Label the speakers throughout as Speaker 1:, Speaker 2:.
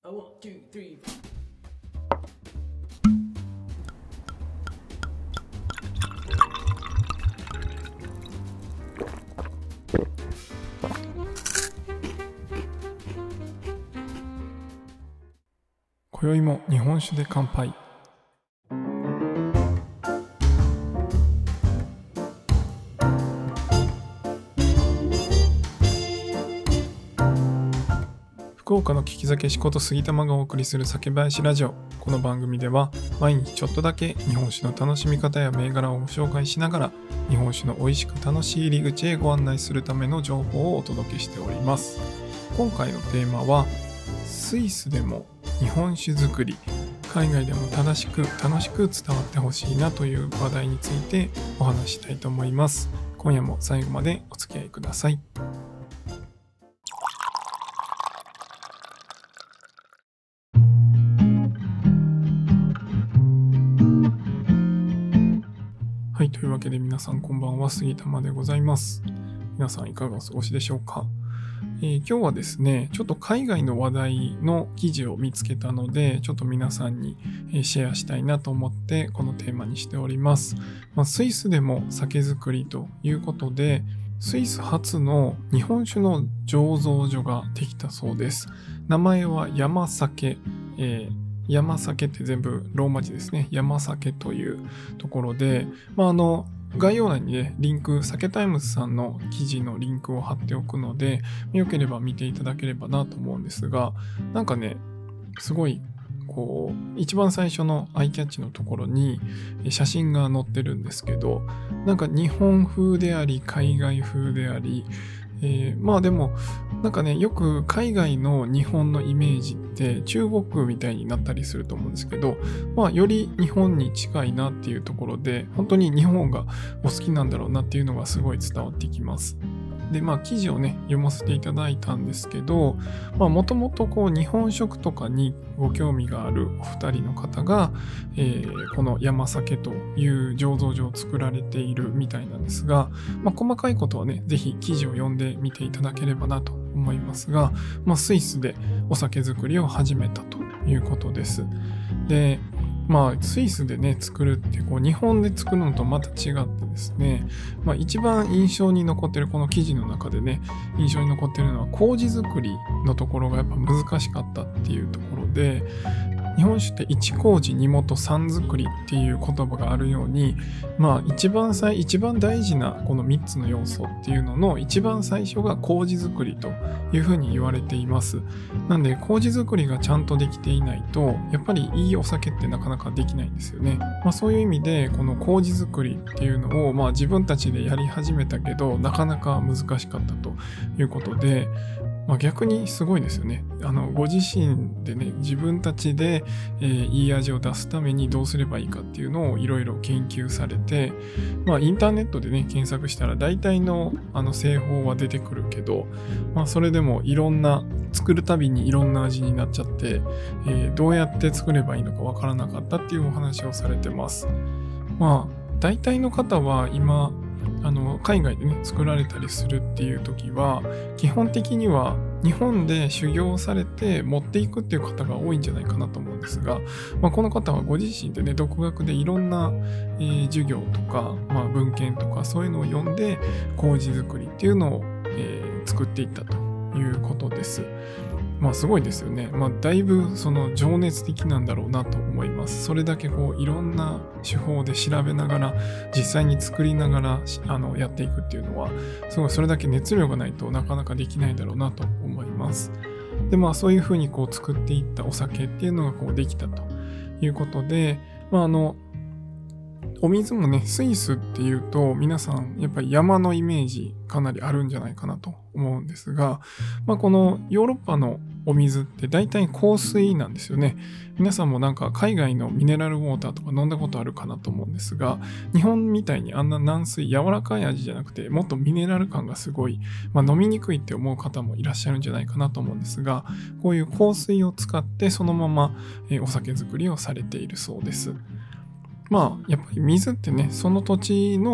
Speaker 1: One, two, three.
Speaker 2: 今宵も日本酒で乾杯。福岡の聞き酒師こと杉玉がお送りする酒林ラジオ。この番組では毎日ちょっとだけ日本酒の楽しみ方や銘柄をご紹介しながら、日本酒の美味しく楽しい入り口へご案内するための情報をお届けしております。今回のテーマは、スイスでも日本酒作り、海外でも正しく楽しく伝わってほしいなという話題についてお話したいと思います。今夜も最後までお付き合いください。はい、というわけで皆さんこんばんは、杉玉でございます。皆さんいかがお過ごしでしょうか。今日はですね、ちょっと海外の話題の記事を見つけたので、ちょっと皆さんにシェアしたいなと思ってこのテーマにしております。スイスでも酒造りということで、スイス初の日本酒の醸造所ができたそうです。名前は山酒。山酒って全部ローマ字ですね。山酒というところで、概要欄にね、リンク、酒タイムズさんの記事のリンクを貼っておくので、よければ見ていただければなと思うんですが、なんかね、すごい、一番最初のアイキャッチのところに写真が載ってるんですけど、なんか日本風であり、海外風であり、でもなんかね、よく海外の日本のイメージって中国みたいになったりすると思うんですけど、より日本に近いなっていうところで、本当に日本がお好きなんだろうなっていうのがすごい伝わってきます。で、記事をね、読ませていただいたんですけど、もともと日本食とかにご興味があるお二人の方が、この山酒という醸造所を作られているみたいなんですが、細かいことはね、ぜひ記事を読んでみていただければなと思いますが、スイスでお酒作りを始めたということです。で、スイスでね、作るって日本で作るのとまた違ってですね、一番印象に残ってるこの記事の中でね、印象に残ってるのは麹作りのところがやっぱ難しかったっていうところで、日本酒って1麹2元3作りっていう言葉があるように、一番大事なこの3つの要素っていうのの一番最初が麹作りというふうに言われています。なんで麹作りがちゃんとできていないと、やっぱりいいお酒ってなかなかできないんですよね。そういう意味でこの麹作りっていうのを自分たちでやり始めたけど、なかなか難しかったということで、逆にすごいですよね。ご自身でね、自分たちで、いい味を出すためにどうすればいいかっていうのをいろいろ研究されて、インターネットでね、検索したら大体の製法は出てくるけど、それでも作るたびにいろんな味になっちゃって、どうやって作ればいいのかわからなかったっていうお話をされてます。大体の方は今、海外でね、作られたりするっていう時は、基本的には日本で修行されて持っていくっていう方が多いんじゃないかなと思うんですが、この方はご自身でね、独学でいろんな、授業とか、文献とかそういうのを読んで、麹作りっていうのを、作っていったということです。すごいですよね。だいぶその情熱的なんだろうなと思います。それだけいろんな手法で調べながら、実際に作りながらやっていくっていうのは、すごいそれだけ熱量がないとなかなかできないだろうなと思います。で、そういうふうに作っていったお酒っていうのができたということで、お水もね、スイスっていうと皆さんやっぱり山のイメージかなりあるんじゃないかなと思うんですが、このヨーロッパのお水って大体硬水なんですよね。皆さんもなんか海外のミネラルウォーターとか飲んだことあるかなと思うんですが、日本みたいにあんな軟水、柔らかい味じゃなくて、もっとミネラル感がすごい、飲みにくいって思う方もいらっしゃるんじゃないかなと思うんですが、こういう硬水を使ってそのままお酒作りをされているそうです。やっぱり水ってね、その土地の、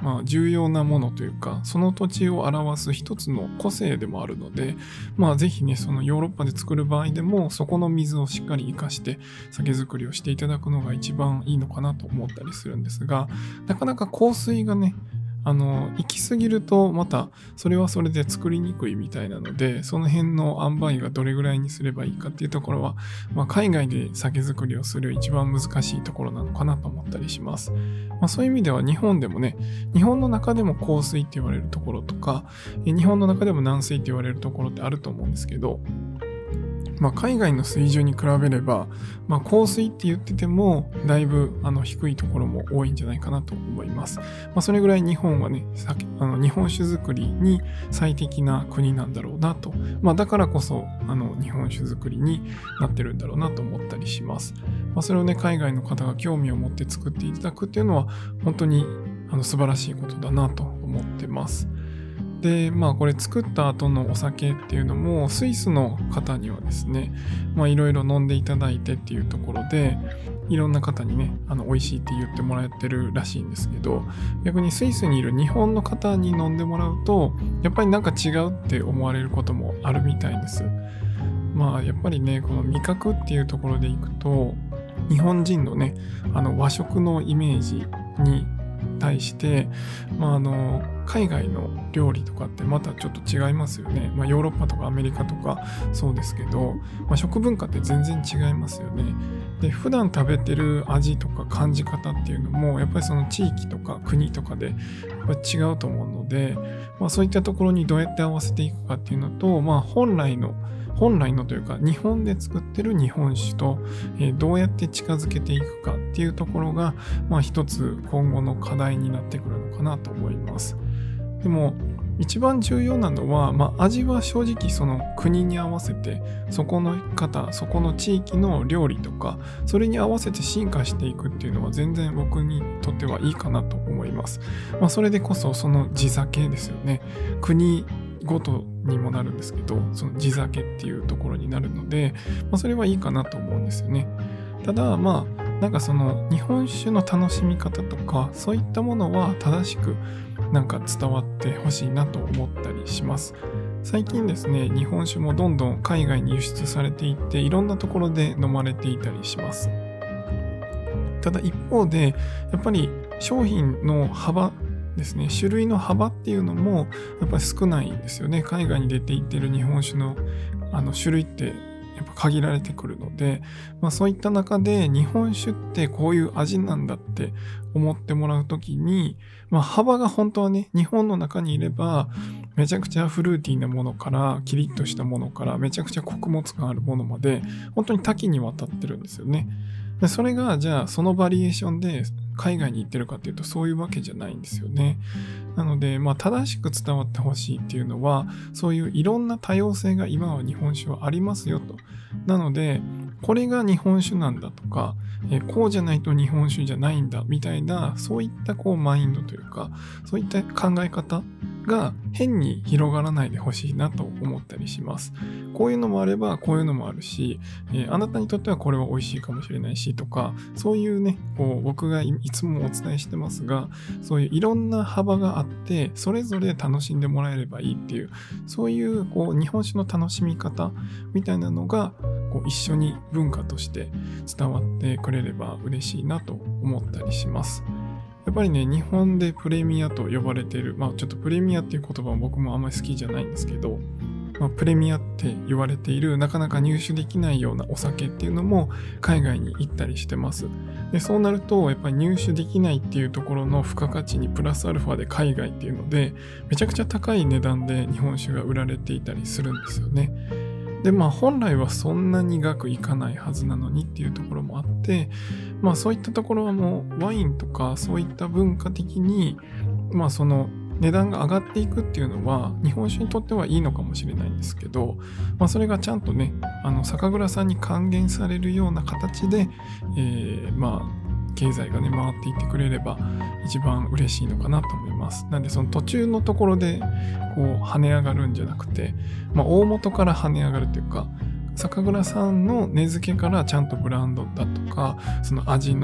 Speaker 2: 重要なものというか、その土地を表す一つの個性でもあるので、ぜひね、そのヨーロッパで作る場合でも、そこの水をしっかり活かして酒造りをしていただくのが一番いいのかなと思ったりするんですが、なかなか香水がね、行き過ぎるとまたそれはそれで作りにくいみたいなので、その辺の塩梅がどれぐらいにすればいいかっていうところは、海外で酒造りをする一番難しいところなのかなと思ったりします。そういう意味では日本でもね、日本の中でも硬水って言われるところとか、日本の中でも軟水って言われるところってあると思うんですけど、海外の水準に比べれば、硬水って言っててもだいぶ低いところも多いんじゃないかなと思います。それぐらい日本はね、日本酒作りに最適な国なんだろうなと、だからこそ日本酒作りになってるんだろうなと思ったりします。それをね、海外の方が興味を持って作っていただくっていうのは本当に素晴らしいことだなと思ってます。で、これ作った後のお酒っていうのも、スイスの方にはですね、いろいろ飲んでいただいてっていうところで、いろんな方にね、美味しいって言ってもらえてるらしいんですけど、逆にスイスにいる日本の方に飲んでもらうと、やっぱりなんか違うって思われることもあるみたいです。やっぱりね、この味覚っていうところでいくと、日本人のね、和食のイメージに対して、海外の料理とかってまたちょっと違いますよね。ヨーロッパとかアメリカとかそうですけど、食文化って全然違いますよね。で、普段食べてる味とか感じ方っていうのも、やっぱりその地域とか国とかでやっぱり違うと思うので、そういったところにどうやって合わせていくかっていうのと、本来のというか、日本で作ってる日本酒と、どうやって近づけていくかっていうところが、一つ今後の課題になってくるのかなと思います。でも、一番重要なのは、味は正直その国に合わせて、そこの方、そこの地域の料理とか、それに合わせて進化していくっていうのは全然僕にとってはいいかなと思います。それでこそその地酒ですよね。国ごとにもなるんですけど、その地酒っていうところになるので、それはいいかなと思うんですよね。ただなんかその日本酒の楽しみ方とか、そういったものは正しくなんか伝わってほしいなと思ったりします。最近ですね、日本酒もどんどん海外に輸出されていって、いろんなところで飲まれていたりします。ただ一方で、やっぱり商品の幅ですね、種類の幅っていうのもやっぱり少ないんですよね。海外に出ていってる日本酒の種類ってやっぱ限られてくるので、そういった中で日本酒ってこういう味なんだって思ってもらうときに、幅が本当はね、日本の中にいればめちゃくちゃフルーティーなものから、キリッとしたものから、めちゃくちゃ穀物感あるものまで本当に多岐にわたってるんですよね。でそれがじゃあそのバリエーションで海外に行ってるかっていうと、そういうわけじゃないんですよね。なので、正しく伝わってほしいっていうのは、そういういろんな多様性が今は日本酒はありますよと。なので、これが日本酒なんだとか、こうじゃないと日本酒じゃないんだみたいな、そういったマインドというか、そういった考え方が変に広がらないでほしいなと思ったりします。こういうのもあればこういうのもあるし、あなたにとってはこれは美味しいかもしれないしとか、そういうね、僕がいつもお伝えしてますが、そういういろんな幅があって、それぞれ楽しんでもらえればいいっていう、そういう日本酒の楽しみ方みたいなのが一緒に文化として伝わってくれれば嬉しいなと思ったりします。やっぱりね、日本でプレミアと呼ばれている、ちょっとプレミアっていう言葉は僕もあんまり好きじゃないんですけど、プレミアって言われているなかなか入手できないようなお酒っていうのも海外に行ったりしてます。で、そうなるとやっぱり入手できないっていうところの付加価値にプラスアルファで海外っていうので、めちゃくちゃ高い値段で日本酒が売られていたりするんですよね。で、本来はそんなに額いかないはずなのにっていうところもあって、そういったところはもうワインとかそういった文化的に、その値段が上がっていくっていうのは日本酒にとってはいいのかもしれないんですけど、それがちゃんとね、酒蔵さんに還元されるような形で、経済がね、回っていってくれれば一番嬉しいのかなと思います。なんでその途中のところで跳ね上がるんじゃなくて、大元から跳ね上がるというか、酒蔵さんの根付けからちゃんとブランドだとか、その味の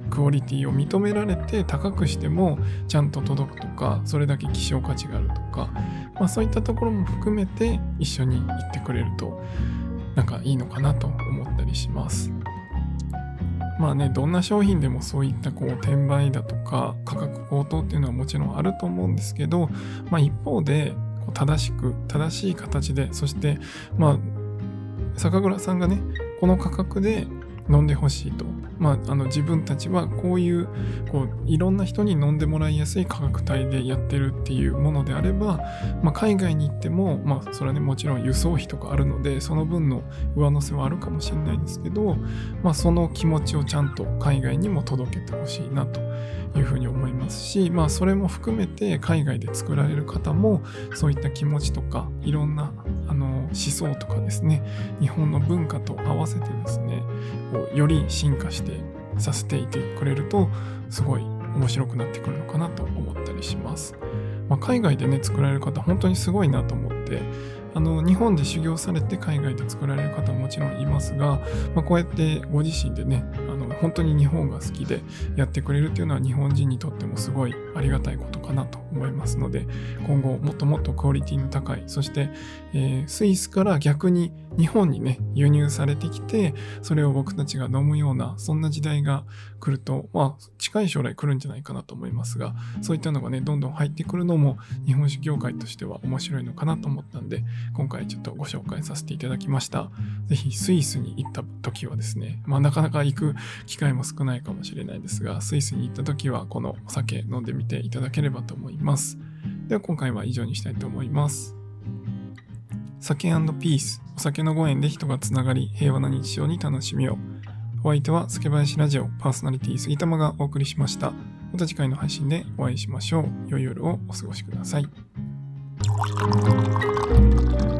Speaker 2: クオリティを認められて高くしてもちゃんと届くとか、それだけ希少価値があるとか、そういったところも含めて一緒に行ってくれるとなんかいいのかなと思ったりします。どんな商品でもそういった転売だとか価格高騰っていうのはもちろんあると思うんですけど、一方で正しい形で、そして酒蔵さんがねこの価格で飲んでほしいと、自分たちはこういういろんな人に飲んでもらいやすい価格帯でやってるっていうものであれば、海外に行ってもそれはねもちろん輸送費とかあるのでその分の上乗せはあるかもしれないですけど、その気持ちをちゃんと海外にも届けてほしいなというふうに思いますし、それも含めて海外で作られる方もそういった気持ちとかいろんな思想とかですね、日本の文化と合わせてですねより進化してさせていてくれるとすごい面白くなってくるのかなと思ったりします。海外でね作られる方本当にすごいなと思って、日本で修行されて海外で作られる方ももちろんいますが、こうやってご自身でね本当に日本が好きでやってくれるっていうのは日本人にとってもすごいありがたいことかなと思いますので、今後もっともっとクオリティの高い、そして、スイスから逆に日本にね輸入されてきてそれを僕たちが飲むようなそんな時代が来ると、近い将来来るんじゃないかなと思いますが、そういったのがねどんどん入ってくるのも日本酒業界としては面白いのかなと思ったんで、今回ちょっとご紹介させていただきました。ぜひスイスに行った時はですね、なかなか行く機会も少ないかもしれないですが、スイスに行った時はこのお酒飲んでみていただければと思います。では今回は以上にしたいと思います。酒&ピース、お酒のご縁で人がつながり平和な日常に楽しみを。お相手は酒林ラジオパーソナリティ杉玉がお送りしました。また次回の配信でお会いしましょう。良い夜をお過ごしください。